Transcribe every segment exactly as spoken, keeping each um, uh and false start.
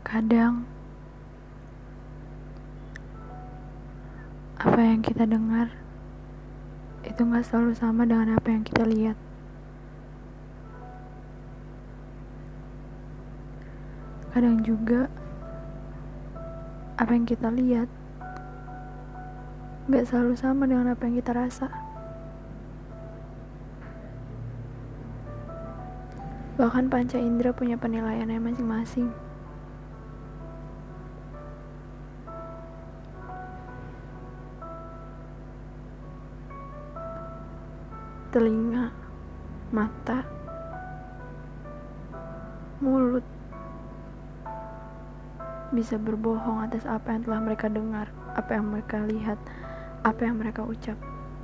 Kadang, apa yang kita dengar itu gak selalu sama dengan apa yang kita lihat. Kadang juga, apa yang kita lihat gak selalu sama dengan apa yang kita rasa. Bahkan panca indera punya penilaiannya masing-masing. Telinga, mata, mulut bisa berbohong atas apa yang telah mereka dengar, apa yang mereka lihat, apa yang mereka ucap.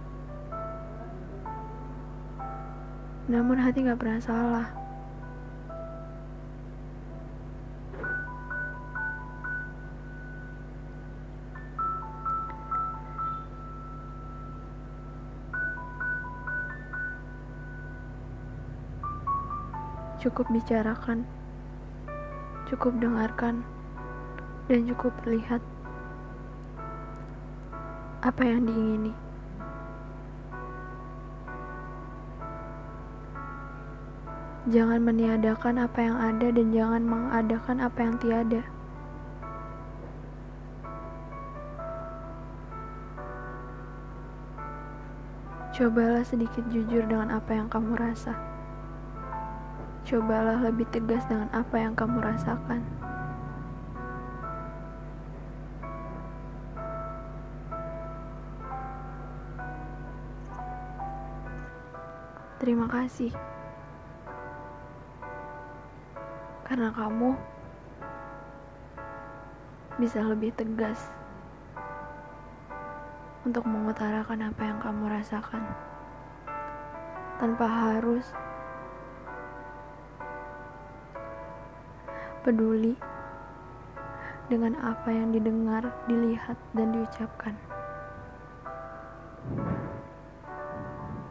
Namun hati gak pernah salah. Cukup bicarakan, cukup dengarkan, dan cukup lihat apa yang diingini. Jangan meniadakan apa yang ada dan jangan mengadakan apa yang tiada. Cobalah sedikit jujur dengan apa yang kamu rasa. Cobalah lebih tegas dengan apa yang kamu rasakan. Terima kasih. Karena kamu bisa lebih tegas untuk mengutarakan apa yang kamu rasakan tanpa harus peduli dengan apa yang didengar, dilihat, dan diucapkan.